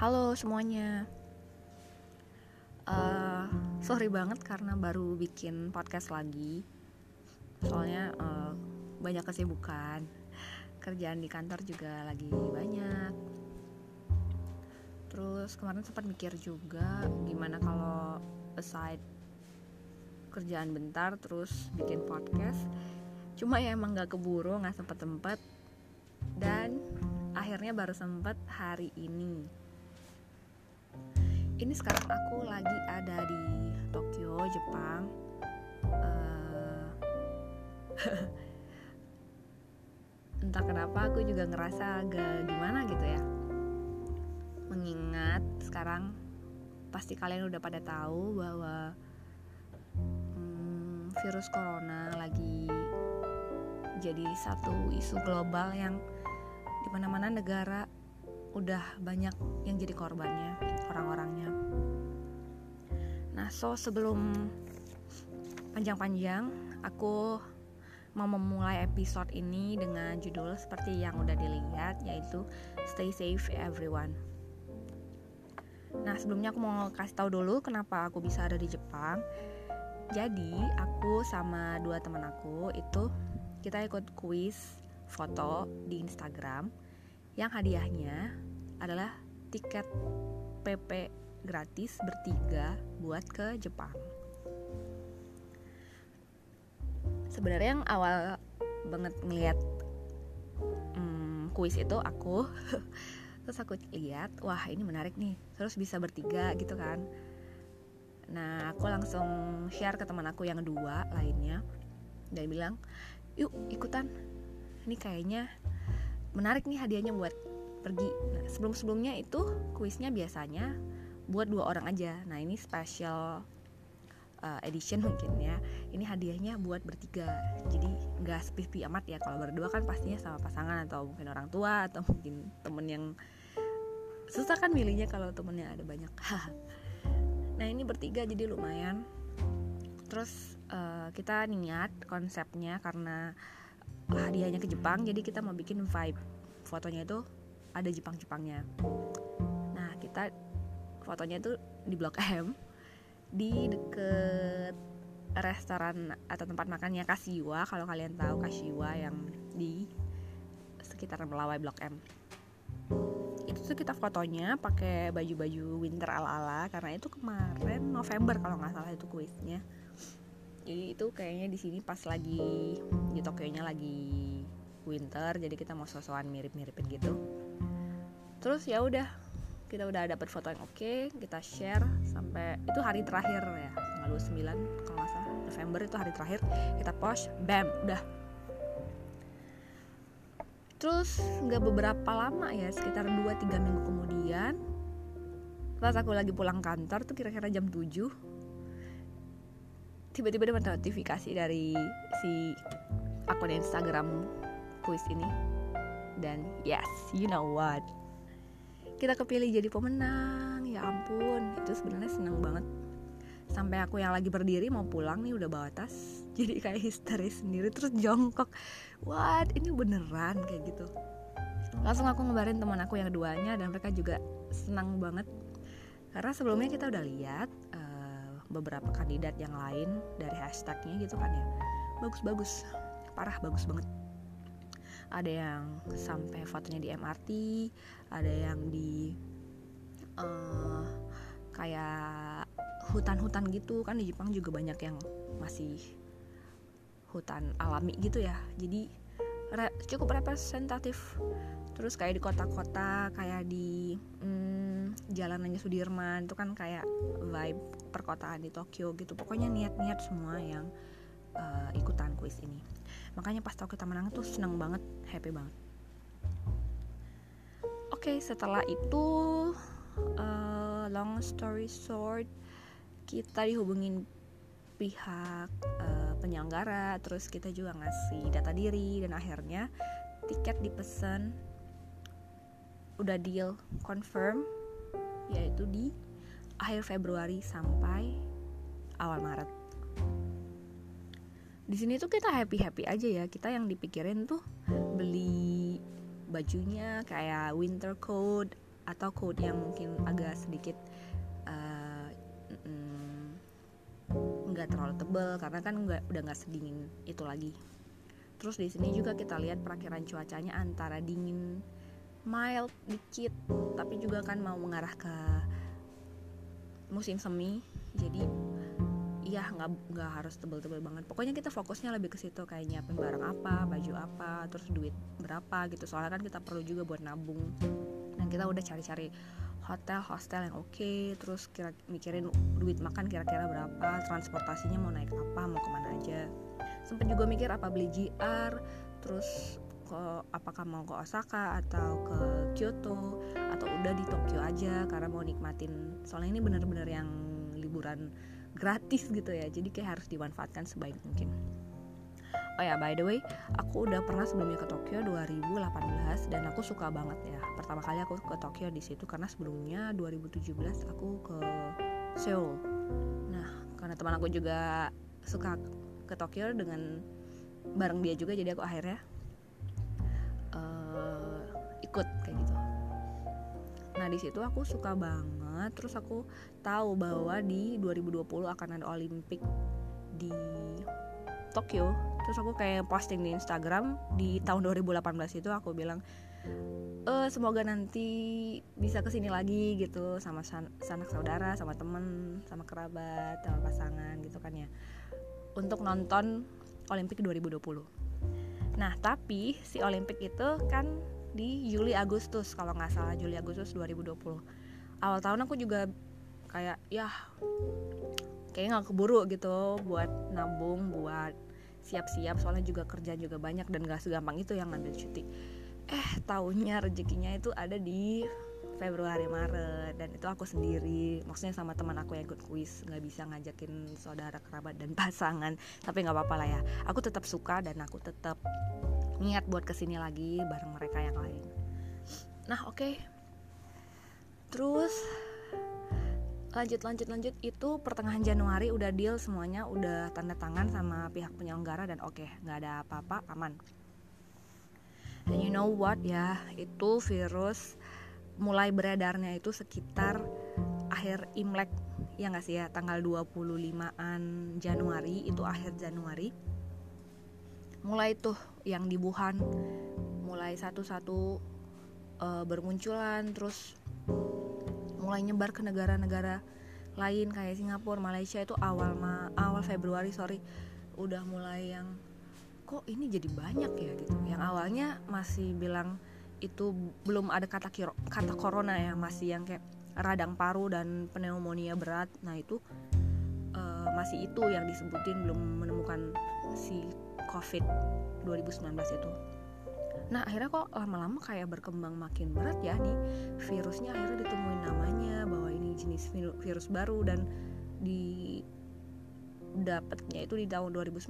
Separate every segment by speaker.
Speaker 1: Halo semuanya. Sorry banget karena baru bikin podcast lagi. Soalnya banyak kesibukan. Kerjaan di kantor juga lagi banyak. Terus kemarin sempat mikir juga gimana kalau aside kerjaan bentar terus bikin podcast. Cuma ya emang gak keburu, gak sempet-sempet. Dan akhirnya baru sempet hari ini. Ini sekarang aku lagi ada di Tokyo, Jepang. Entah kenapa aku juga ngerasa agak gimana gitu ya. Mengingat sekarang pasti kalian udah pada tahu bahwa virus corona lagi jadi satu isu global yang di mana-mana negara udah banyak yang jadi korbannya, orang-orangnya. Nah, sebelum panjang-panjang, aku mau memulai episode ini dengan judul seperti yang udah dilihat, yaitu Stay Safe Everyone. Nah, sebelumnya aku mau kasih tahu dulu kenapa aku bisa ada di Jepang. Jadi, aku sama 2 teman aku itu kita ikut kuis foto di Instagram yang hadiahnya adalah tiket PP gratis bertiga buat ke Jepang. Sebenarnya yang awal banget ngeliat kuis itu aku terus aku lihat, wah ini menarik nih, terus bisa bertiga gitu kan. Nah, aku langsung share ke teman aku yang 2 lainnya dan bilang, yuk ikutan, ini kayaknya menarik nih hadiahnya buat pergi. Nah, sebelumnya itu kuisnya biasanya buat 2 orang aja. Nah, ini special edition mungkin ya. Ini hadiahnya buat bertiga. Jadi nggak sepi-sepi amat ya. Kalau berdua kan pastinya sama pasangan atau mungkin orang tua atau mungkin temen yang susah kan milihnya kalau temennya ada banyak. Nah, ini bertiga jadi lumayan. Terus kita niat konsepnya karena hadiahnya ke Jepang, jadi kita mau bikin vibe fotonya itu ada Jepang-Jepangnya. Nah, kita fotonya itu di Blok M, di deket restoran atau tempat makannya Kashiwa. Kalau kalian tahu Kashiwa yang di sekitar Melawai Blok M. Itu tuh kita fotonya pakai baju-baju winter ala-ala karena itu kemarin November kalau nggak salah itu kuisnya. Jadi itu kayaknya di sini pas lagi di Tokyo-nya lagi winter, jadi kita mau sosokan mirip-miripin gitu. Terus ya udah, kita udah dapat foto yang oke, kita share sampai itu hari terakhir ya, tanggal 29 kalau nggak salah November itu hari terakhir, kita post, bam, udah. Terus nggak beberapa lama ya, sekitar 2-3 minggu kemudian, pas aku lagi pulang kantor tuh kira-kira jam 7, tiba-tiba dapat notifikasi dari si akun Instagram kuis ini. Dan yes, you know what, kita kepilih jadi pemenang. Ya ampun, itu sebenarnya seneng banget. Sampai aku yang lagi berdiri mau pulang nih udah bawa tas, jadi kayak histeris sendiri, terus jongkok, what, ini beneran kayak gitu. Langsung aku ngebarin teman aku yang 2-nya dan mereka juga senang banget. Karena sebelumnya kita udah lihat beberapa kandidat yang lain dari hashtagnya gitu kan ya, bagus-bagus, parah bagus banget. Ada yang sampai fotonya di MRT, ada yang di kayak hutan-hutan gitu kan, di Jepang juga banyak yang masih hutan alami gitu ya, jadi cukup representatif. Terus kayak di kota-kota, kayak di jalanannya Sudirman itu kan kayak vibe perkotaan di Tokyo gitu. Pokoknya niat-niat semua yang ikutan kuis ini. Makanya pas tahu kita menang tuh seneng banget, happy banget. Oke, setelah itu long story short, kita dihubungin pihak penyelenggara, terus kita juga ngasih data diri, dan akhirnya tiket dipesan, udah deal confirm, yaitu di akhir Februari sampai awal Maret. Di sini tuh kita happy aja ya. Kita yang dipikirin tuh beli bajunya kayak winter coat, atau coat yang mungkin agak sedikit nggak terlalu tebal karena kan udah nggak sedingin itu lagi. Terus di sini juga kita lihat perakiran cuacanya antara dingin mild dikit, tapi juga kan mau mengarah ke musim semi, jadi ya nggak harus tebel-tebel banget. Pokoknya kita fokusnya lebih ke situ, kayak nyiapin barang apa, baju apa, terus duit berapa gitu. Soalnya kan kita perlu juga buat nabung. Dan kita udah cari-cari hostel yang oke, terus mikirin duit makan kira-kira berapa, transportasinya mau naik apa, mau kemana aja. Sempet juga mikir apa beli JR, terus apakah mau ke Osaka atau ke Kyoto, atau udah di Tokyo aja karena mau nikmatin. Soalnya ini benar-benar yang liburan gratis gitu ya, jadi kayak harus dimanfaatkan sebaik mungkin. Oh ya, by the way, aku udah pernah sebelumnya ke Tokyo 2018 dan aku suka banget ya. Pertama kali aku ke Tokyo di situ karena sebelumnya 2017 aku ke Seoul. Nah, karena teman aku juga suka ke Tokyo dengan bareng dia juga, jadi aku akhirnya ikut kayak gitu. Nah, di situ aku suka banget. Terus aku tahu bahwa di 2020 akan ada Olimpik di Tokyo. Terus aku kayak posting di Instagram di tahun 2018 itu, aku bilang semoga nanti bisa kesini lagi gitu, sama sanak saudara, sama temen, sama kerabat, sama pasangan gitu kan ya, untuk nonton Olimpik 2020. Nah, tapi si Olimpik itu kan di Juli Agustus kalau nggak salah, Juli Agustus 2020. Awal tahun aku juga kayak ya kayaknya nggak keburu gitu buat nabung, buat siap-siap, soalnya juga kerjaan juga banyak dan gak segampang itu yang ngambil cuti. Tahunnya rezekinya itu ada di Februari Maret, dan itu aku sendiri, maksudnya sama teman aku yang ikut kuis, nggak bisa ngajakin saudara kerabat dan pasangan. Tapi nggak apa-apa lah ya, aku tetap suka dan aku tetap niat buat kesini lagi bareng mereka yang lain. Nah oke. Terus lanjut itu pertengahan Januari udah deal semuanya, udah tanda tangan sama pihak penyelenggara dan oke, nggak ada apa-apa, aman. And you know what ya, itu virus mulai beredarnya itu sekitar akhir Imlek, ya nggak sih ya, tanggal 25an Januari, itu akhir Januari. Mulai tuh yang di Wuhan mulai satu-satu bermunculan, terus mulai nyebar ke negara-negara lain kayak Singapura, Malaysia. Itu awal Februari udah mulai yang kok ini jadi banyak ya gitu. Yang awalnya masih bilang itu belum ada kata corona ya, masih yang kayak radang paru dan pneumonia berat. Nah itu masih itu yang disebutin, belum menemukan si COVID 2019 itu. Nah akhirnya kok lama-lama kayak berkembang makin berat ya nih virusnya. Akhirnya ditemuin namanya bahwa ini jenis virus baru, dan dapatnya itu di tahun 2019.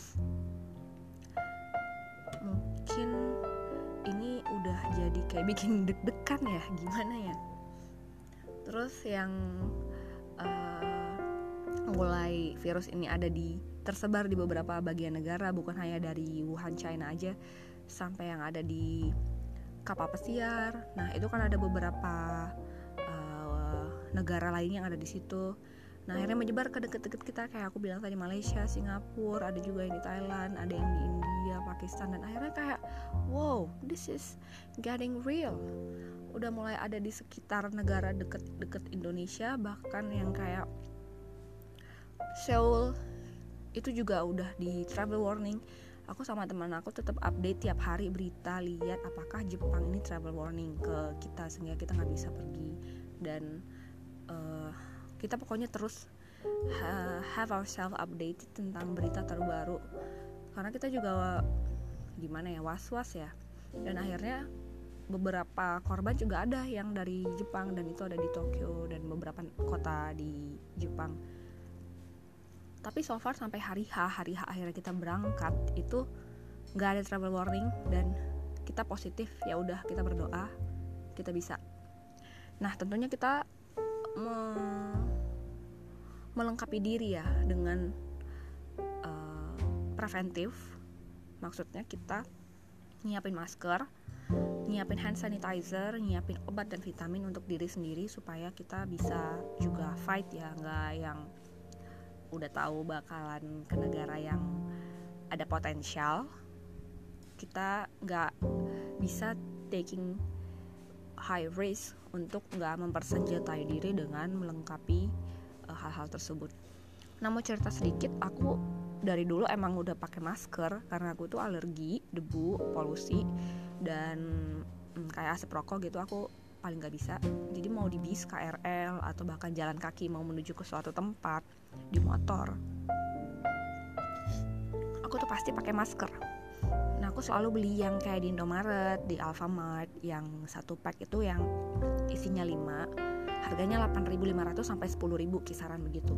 Speaker 1: Mungkin ini udah jadi kayak bikin deg-degan ya, gimana ya. Terus yang mulai virus ini tersebar di beberapa bagian negara, bukan hanya dari Wuhan China aja, sampai yang ada di kapal pesiar. Nah itu kan ada beberapa negara lainnya yang ada di situ. Nah akhirnya menyebar ke deket-deket kita, kayak aku bilang tadi, Malaysia, Singapura, ada juga yang di Thailand, ada yang di India, Pakistan. Dan akhirnya kayak wow, this is getting real. Udah mulai ada di sekitar negara deket-deket Indonesia, bahkan yang kayak Seoul itu juga udah di travel warning. Aku sama teman aku tetap update tiap hari berita, lihat apakah Jepang ini travel warning ke kita, sehingga kita nggak bisa pergi. Dan kita pokoknya terus have ourselves updated tentang berita terbaru, karena kita juga gimana ya, was-was ya. Dan akhirnya beberapa korban juga ada yang dari Jepang, dan itu ada di Tokyo dan beberapa kota di Jepang. Tapi so far sampai hari H akhirnya kita berangkat itu nggak ada travel warning dan kita positif. Ya udah, kita berdoa kita bisa. Nah tentunya kita melengkapi diri ya dengan preventif. Maksudnya kita nyiapin masker, nyiapin hand sanitizer, nyiapin obat dan vitamin untuk diri sendiri supaya kita bisa juga fight ya, nggak yang udah tahu bakalan ke negara yang ada potensial, kita nggak bisa taking high risk untuk nggak mempersenjatai diri dengan melengkapi hal-hal tersebut. Nah, mau cerita sedikit, aku dari dulu emang udah pakai masker karena aku tuh alergi debu, polusi, dan kayak asap rokok gitu aku paling nggak bisa. Jadi mau di bis, KRL, atau bahkan jalan kaki mau menuju ke suatu tempat di motor, aku tuh pasti pakai masker. Nah, aku selalu beli yang kayak di Indomaret, di Alfamart, yang satu pack itu yang isinya 5, harganya 8.500 sampai 10.000 kisaran begitu.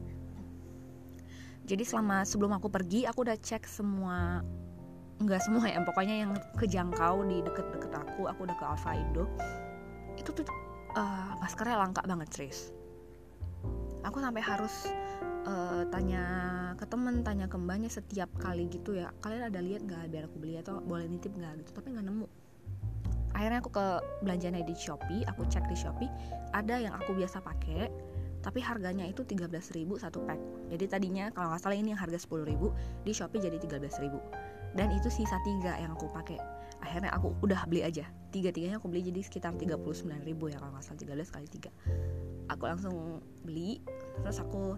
Speaker 1: Jadi sebelum aku pergi, aku udah cek semua, nggak semua ya, pokoknya yang kejangkau di deket-deket aku udah ke Alfa Indo. Itu tuh maskernya langka banget, serius. Aku sampai harus tanya ke temen, tanya ke mbaknya setiap kali gitu ya, kalian ada lihat nggak biar aku beli atau boleh nitip nggak gitu, tapi nggak nemu. Akhirnya aku ke belanjanya di Shopee, aku cek di Shopee ada yang aku biasa pakai, tapi harganya itu 13.000 satu pack. Jadi tadinya kalau nggak salah ini yang harga 10.000, di Shopee jadi 13.000. Dan itu sisa 3 yang aku pakai. Akhirnya aku udah beli aja. 3-tiganya aku beli jadi sekitar 39.000 ya kalau nggak salah, 13 kali 3. Aku langsung beli, terus aku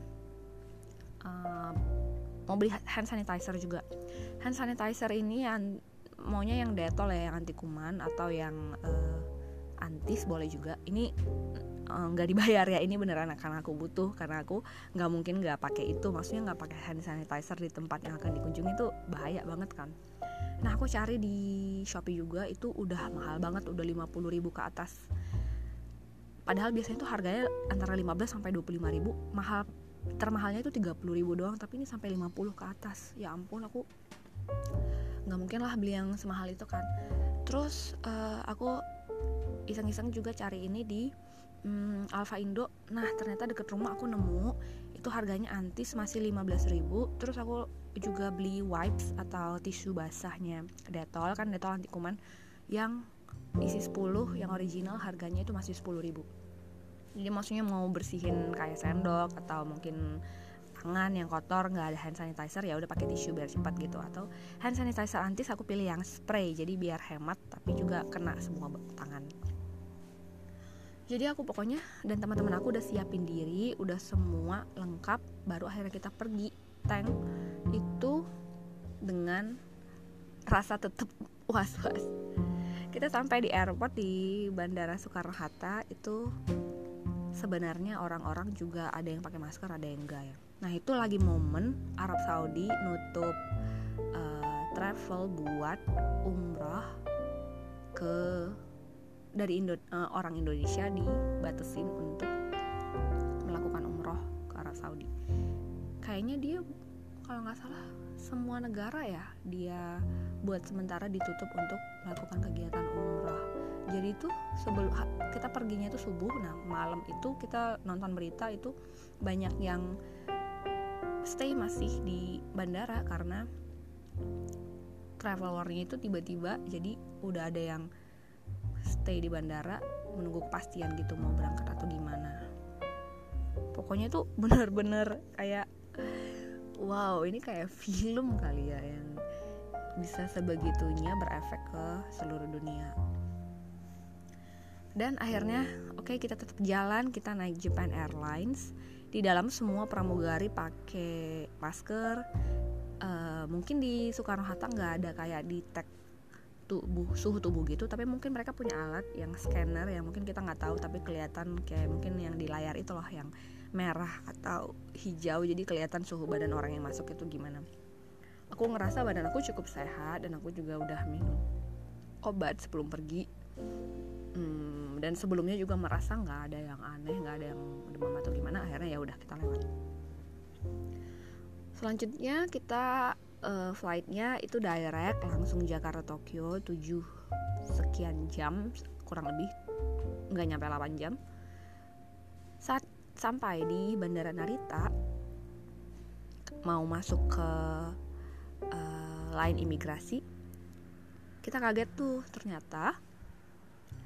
Speaker 1: mau beli hand sanitizer juga. Hand sanitizer ini maunya yang Dettol ya, yang anti kuman, atau yang antis boleh juga. Ini nggak dibayar ya, ini beneran karena aku butuh, karena aku nggak mungkin nggak pakai itu. Maksudnya nggak pakai hand sanitizer di tempat yang akan dikunjungi itu bahaya banget kan. Nah, aku cari di Shopee juga, itu udah mahal banget, udah 50.000 ke atas. Padahal biasanya tuh harganya antara 15 sampai 25.000, mahal. Termahalnya itu 30.000 doang, tapi ini sampai 50 ke atas. Ya ampun, aku nggak mungkin lah beli yang semahal itu kan. Terus aku iseng-iseng juga cari ini di Alfa Indo. Nah, ternyata deket rumah aku nemu, itu harganya antis masih 15.000. Terus aku juga beli wipes atau tisu basahnya Dettol, kan Dettol anti kuman, yang isi 10, yang original harganya itu masih 10.000. Jadi maksudnya mau bersihin kayak sendok atau mungkin tangan yang kotor nggak ada hand sanitizer, ya udah pakai tisu biar cepat gitu. Atau hand sanitizer antis aku pilih yang spray, jadi biar hemat tapi juga kena semua tangan. Jadi aku pokoknya dan teman-teman aku udah siapin diri, udah semua lengkap, baru akhirnya kita pergi tank itu dengan rasa tetap was-was. Kita sampai di airport di Bandara Soekarno-Hatta itu sebenarnya orang-orang juga ada yang pakai masker, ada yang enggak ya. Nah, itu lagi momen Arab Saudi nutup travel buat umrah dari orang Indonesia dibatasin untuk melakukan umrah ke Arab Saudi. Kayaknya dia kalau nggak salah semua negara ya dia buat sementara ditutup untuk melakukan kegiatan umrah. Jadi itu sebelum kita perginya itu subuh, nah malam itu kita nonton berita itu banyak yang stay masih di bandara karena travelernya itu tiba-tiba, jadi udah ada yang stay di bandara menunggu kepastian gitu mau berangkat atau gimana. Pokoknya tuh bener-bener kayak wow, ini kayak film kali ya yang bisa sebegitunya berefek ke seluruh dunia. Dan akhirnya kita tetap jalan, kita naik Japan Airlines. Di dalam semua pramugari pakai masker. Mungkin di Soekarno-Hatta nggak ada kayak di tag suhu tubuh gitu, tapi mungkin mereka punya alat yang scanner yang mungkin kita nggak tahu, tapi kelihatan kayak mungkin yang di layar itu loh, yang merah atau hijau, jadi kelihatan suhu badan orang yang masuk itu gimana. Aku ngerasa badan aku cukup sehat dan aku juga udah minum obat sebelum pergi. Dan sebelumnya juga merasa nggak ada yang aneh, nggak ada yang demam atau gimana. Akhirnya ya udah kita lewat. Selanjutnya kita flightnya itu direct langsung Jakarta Tokyo 7 sekian jam kurang lebih, nggak nyampe 8 jam. Saat sampai di Bandara Narita mau masuk ke line imigrasi, kita kaget tuh, ternyata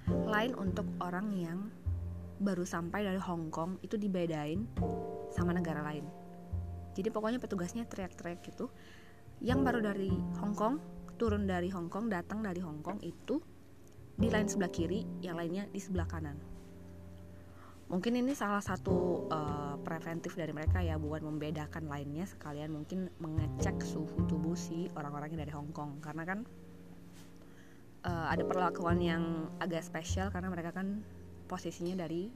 Speaker 1: lain untuk orang yang baru sampai dari Hong Kong, itu dibedain sama negara lain. Jadi pokoknya petugasnya teriak-teriak gitu. Yang baru dari Hong Kong, turun dari Hong Kong, datang dari Hong Kong itu di line sebelah kiri, yang lainnya di sebelah kanan. Mungkin ini salah satu preventif dari mereka ya, buat membedakan lainnya, sekalian mungkin mengecek suhu tubuh si orang-orang yang dari Hong Kong. Karena kan ada perlakuan yang agak spesial karena mereka kan posisinya dari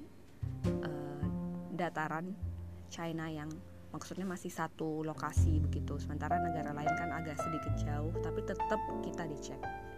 Speaker 1: dataran China yang maksudnya masih satu lokasi begitu. Sementara negara lain kan agak sedikit jauh, tapi tetap kita dicek.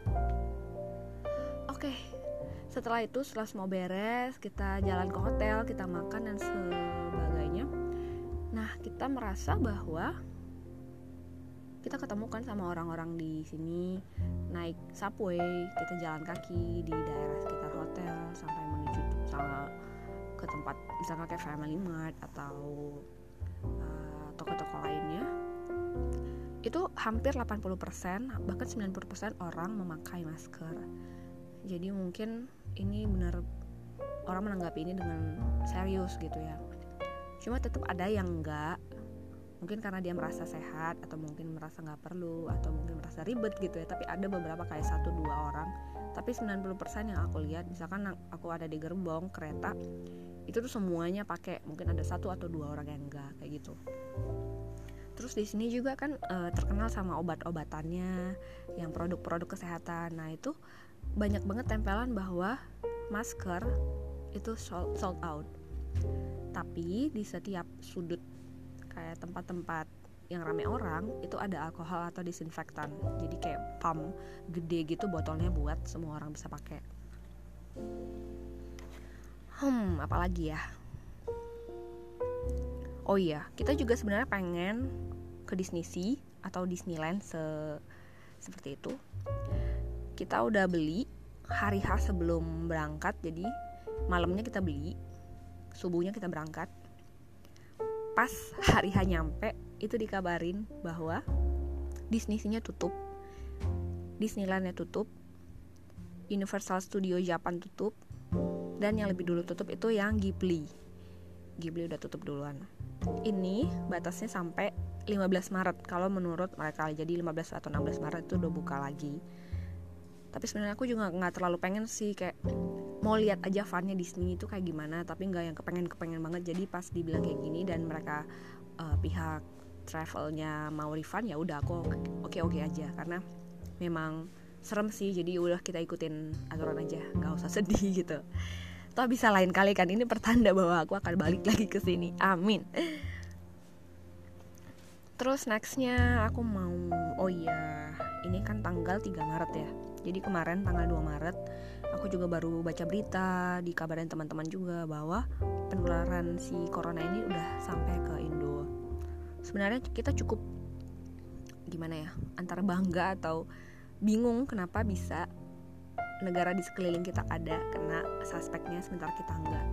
Speaker 1: Oke. Setelah itu, setelah semua beres, kita jalan ke hotel, kita makan dan sebagainya. Nah, kita merasa bahwa kita ketemu kan sama orang-orang di sini, naik subway, kita jalan kaki di daerah sekitar hotel sampai menuju ke tempat misalnya kayak Family Mart atau toko-toko lainnya. Itu hampir 80%, bahkan 90% orang memakai masker. Jadi mungkin ini benar orang menanggapi ini dengan serius gitu ya. Cuma tetap ada yang enggak, mungkin karena dia merasa sehat, atau mungkin merasa nggak perlu, atau mungkin merasa ribet gitu ya. Tapi ada beberapa kayak 1-2 orang. Tapi 90% yang aku lihat, misalkan aku ada di gerbong kereta, itu tuh semuanya pakai. Mungkin ada 1 atau 2 orang yang enggak, kayak gitu. Terus di sini juga kan terkenal sama obat-obatannya, yang produk-produk kesehatan. Nah itu banyak banget tempelan bahwa masker itu sold out. Tapi di setiap sudut kayak tempat-tempat yang ramai orang itu ada alkohol atau disinfektan. Jadi kayak pump gede gitu botolnya buat semua orang bisa pakai. Apalagi ya? Oh iya, kita juga sebenarnya pengen ke Disney Sea atau Disneyland seperti itu. Kita udah beli hari H sebelum berangkat, jadi malamnya kita beli, subuhnya kita berangkat. Pas hari H nyampe, itu dikabarin bahwa Disney Sea-nya tutup, Disneyland-nya tutup, Universal Studio Japan tutup, dan yang lebih dulu tutup itu yang Ghibli udah tutup duluan. Ini batasnya sampai 15 Maret kalau menurut mereka. Jadi 15 atau 16 Maret itu udah buka lagi. Tapi sebenarnya aku juga nggak terlalu pengen sih, kayak mau lihat aja funnya Disney itu kayak gimana, tapi nggak yang kepengen banget. Jadi pas dibilang kayak gini dan mereka pihak travelnya mau refund, ya udah aku oke aja, karena memang serem sih. Jadi udah kita ikutin aturan aja, nggak usah sedih gitu. Toh bisa lain kali kan, ini pertanda bahwa aku akan balik lagi ke sini. Amin. Terus nextnya aku mau, ini kan tanggal 3 Maret ya. Jadi kemarin tanggal 2 Maret aku juga baru baca berita, dikabarin teman-teman juga bahwa penularan si corona ini udah sampai ke Indo. Sebenarnya kita cukup gimana ya, antara bangga atau bingung kenapa bisa negara di sekeliling kita ada kena suspeknya sementara kita enggak.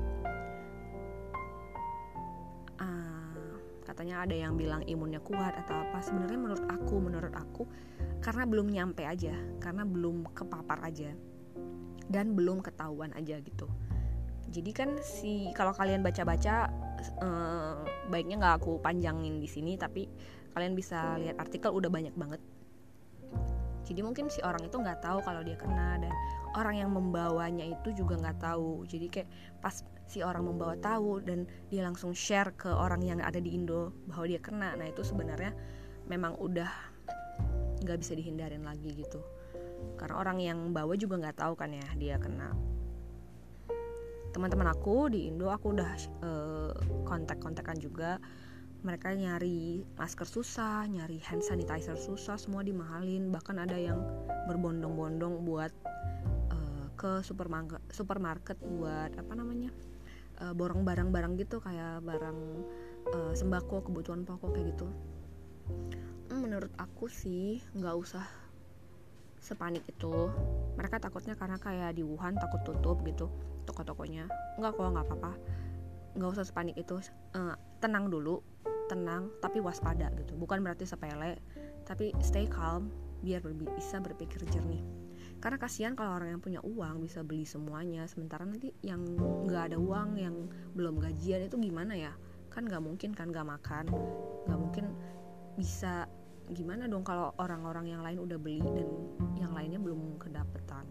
Speaker 1: Katanya ada yang bilang imunnya kuat atau apa. Sebenarnya menurut aku karena belum nyampe aja, karena belum kepapar aja, dan belum ketahuan aja gitu. Jadi kan kalau kalian baca-baca, baiknya nggak aku panjangin di sini, tapi kalian bisa lihat artikel, udah banyak banget. Jadi mungkin si orang itu nggak tahu kalau dia kena, dan orang yang membawanya itu juga nggak tahu. Jadi kayak pas si orang membawa tahu dan dia langsung share ke orang yang ada di Indo bahwa dia kena, nah itu sebenarnya memang udah nggak bisa dihindarin lagi gitu. Karena orang yang bawa juga nggak tahu kan ya dia kena. Teman-teman aku di Indo, aku udah kontak-kontakan juga. Mereka nyari masker susah, nyari hand sanitizer susah, semua dimahalin. Bahkan ada yang berbondong-bondong buat ke supermarket buat borong barang-barang gitu, kayak barang sembako, kebutuhan pokok kayak gitu. Menurut aku sih nggak usah sepanik itu. Mereka takutnya karena kayak di Wuhan takut tutup gitu toko-tokonya. Nggak apa-apa, nggak usah sepanik itu. Tenang dulu, tenang tapi waspada gitu. Bukan berarti sepele, tapi stay calm biar bisa berpikir jernih. Karena kasihan kalau orang yang punya uang bisa beli semuanya, sementara nanti yang nggak ada uang, yang belum gajian itu gimana ya? Kan nggak mungkin kan nggak makan, nggak mungkin bisa. Gimana dong kalau orang-orang yang lain udah beli dan yang lainnya belum kedapetan.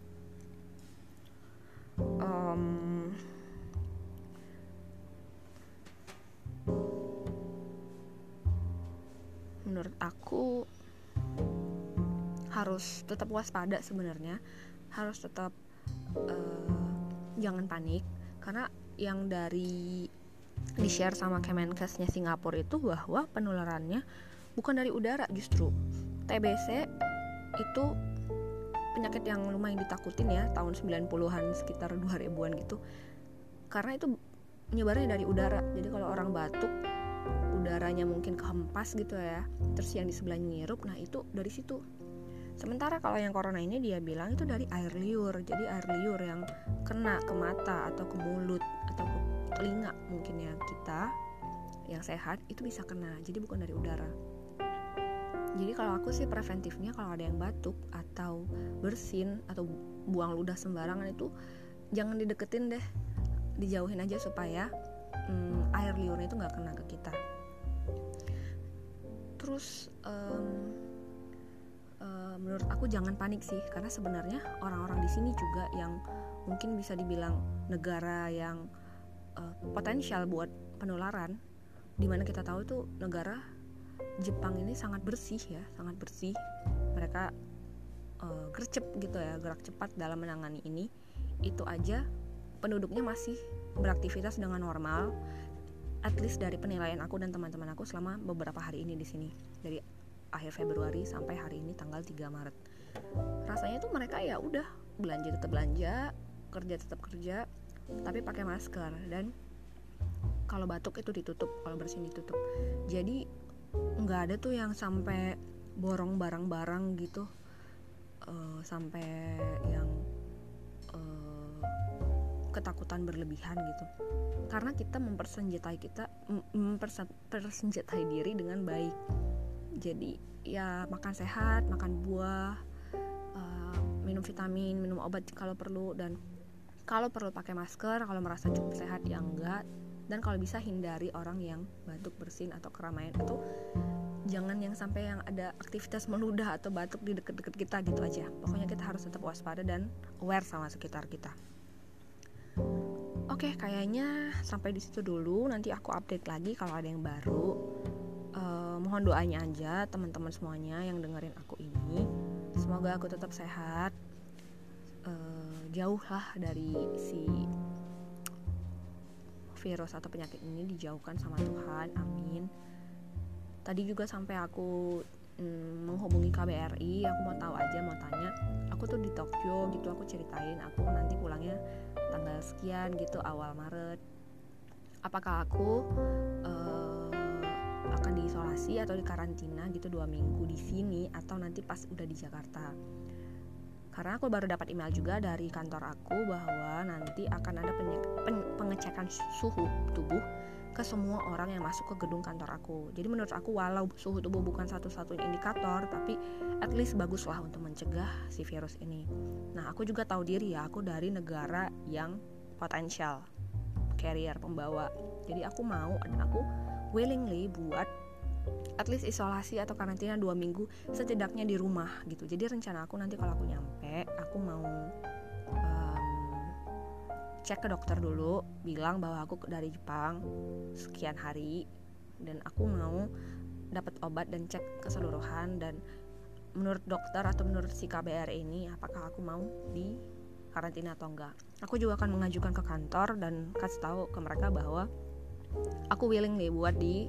Speaker 1: Menurut aku harus tetap waspada sebenarnya, harus tetap jangan panik, karena yang di share sama Kemenkesnya Singapura itu bahwa penularannya bukan dari udara, justru TBC itu penyakit yang lumayan ditakutin ya tahun 90-an, sekitar 2000-an gitu, karena itu nyebarnya dari udara. Jadi kalau orang batuk, udaranya mungkin kehempas gitu ya, terus yang di sebelahnya ngirup, nah itu dari situ. Sementara kalau yang corona ini dia bilang itu dari air liur. Jadi air liur yang kena ke mata atau ke mulut atau ke telinga mungkin ya, kita yang sehat itu bisa kena, jadi bukan dari udara. Jadi kalau aku sih preventifnya, kalau ada yang batuk atau bersin atau buang ludah sembarangan itu jangan dideketin deh, dijauhin aja supaya air liurnya itu nggak kena ke kita. Terus menurut aku jangan panik sih, karena sebenarnya orang-orang di sini juga yang mungkin bisa dibilang negara yang potensial buat penularan, dimana kita tahu itu negara Jepang ini sangat bersih ya, sangat bersih. Mereka gercep gitu ya, gerak cepat dalam menangani ini. Itu aja penduduknya masih beraktivitas dengan normal, at least dari penilaian aku dan teman-teman aku selama beberapa hari ini di sini, dari akhir Februari sampai hari ini tanggal 3 Maret. Rasanya tuh mereka ya udah belanja tetap belanja, kerja tetap kerja, tapi pakai masker, dan kalau batuk itu ditutup, kalau bersin ditutup. Jadi nggak ada tuh yang sampai borong barang-barang gitu, sampai yang ketakutan berlebihan gitu. Karena kita mempersenjatai diri dengan baik. Jadi ya makan sehat, makan buah, minum vitamin, minum obat kalau perlu, dan kalau perlu pakai masker. Kalau merasa cukup sehat ya enggak. Dan kalau bisa hindari orang yang batuk, bersin atau keramaian, atau jangan yang sampai yang ada aktivitas meludah atau batuk di deket-deket kita gitu aja. Pokoknya kita harus tetap waspada dan aware sama sekitar kita. Oke, kayaknya sampai di situ dulu. Nanti aku update lagi kalau ada yang baru. Mohon doanya aja teman-teman semuanya yang dengerin aku ini. Semoga aku tetap sehat, jauh lah dari si virus atau penyakit ini, dijauhkan sama Tuhan, amin. Tadi juga sampai aku menghubungi KBRI, aku mau tahu aja, mau tanya, aku tuh di Tokyo gitu, aku ceritain aku nanti pulangnya tanggal sekian gitu, awal Maret. Apakah aku akan diisolasi atau dikarantina gitu 2 minggu di sini, atau nanti pas udah di Jakarta. Karena aku baru dapat email juga dari kantor aku bahwa nanti akan ada pengecekan suhu tubuh ke semua orang yang masuk ke gedung kantor aku. Jadi menurut aku walau suhu tubuh bukan satu-satunya indikator, tapi at least baguslah untuk mencegah si virus ini. Nah, aku juga tahu diri ya, aku dari negara yang potensial carrier, pembawa. Jadi aku mau dan aku willingly buat at least isolasi atau karantina 2 minggu setidaknya di rumah gitu. Jadi rencana aku nanti kalau aku nyampe, aku mau cek ke dokter dulu, bilang bahwa aku dari Jepang sekian hari dan aku mau dapat obat dan cek keseluruhan, dan menurut dokter atau menurut si KBR ini apakah aku mau di karantina atau enggak. Aku juga akan mengajukan ke kantor dan kasih tahu ke mereka bahwa aku willing nih buat di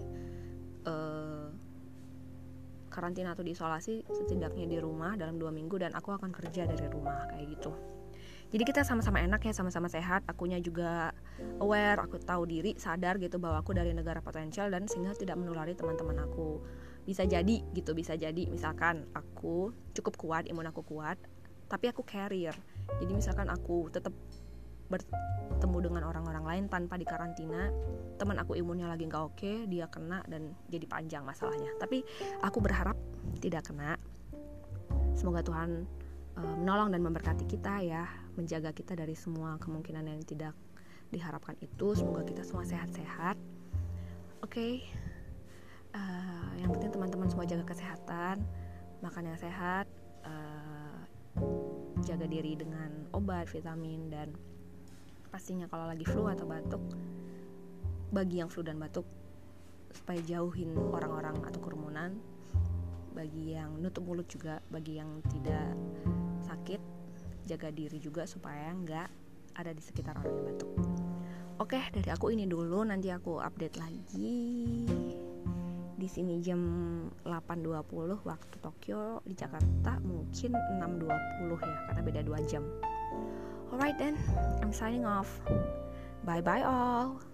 Speaker 1: karantina atau diisolasi setidaknya di rumah dalam 2 minggu, dan aku akan kerja dari rumah kayak gitu. Jadi kita sama-sama enak ya, sama-sama sehat. Akunya juga aware, aku tahu diri, sadar gitu bahwa aku dari negara potensial dan sehingga tidak menulari teman-teman aku. Bisa jadi gitu, bisa jadi misalkan aku cukup kuat, imun aku kuat, tapi aku carrier. Jadi misalkan aku tetap bertemu dengan orang-orang lain tanpa dikarantina, teman aku imunnya lagi gak oke, dia kena dan jadi panjang masalahnya. Tapi aku berharap tidak kena. Semoga Tuhan menolong dan memberkati kita ya, menjaga kita dari semua kemungkinan yang tidak diharapkan itu. Semoga kita semua sehat-sehat. Oke. Yang penting teman-teman semua jaga kesehatan, makan yang sehat, jaga diri dengan obat, vitamin, dan pastinya kalau lagi flu atau batuk, bagi yang flu dan batuk, supaya jauhin orang-orang atau kerumunan. Bagi yang nutup mulut juga, bagi yang tidak sakit, jaga diri juga supaya nggak ada di sekitar orang yang batuk. Oke, dari aku ini dulu, nanti aku update lagi. Di sini jam 8.20 waktu Tokyo, di Jakarta mungkin 6.20 ya, karena beda 2 jam. Alright then, I'm signing off. Bye bye all.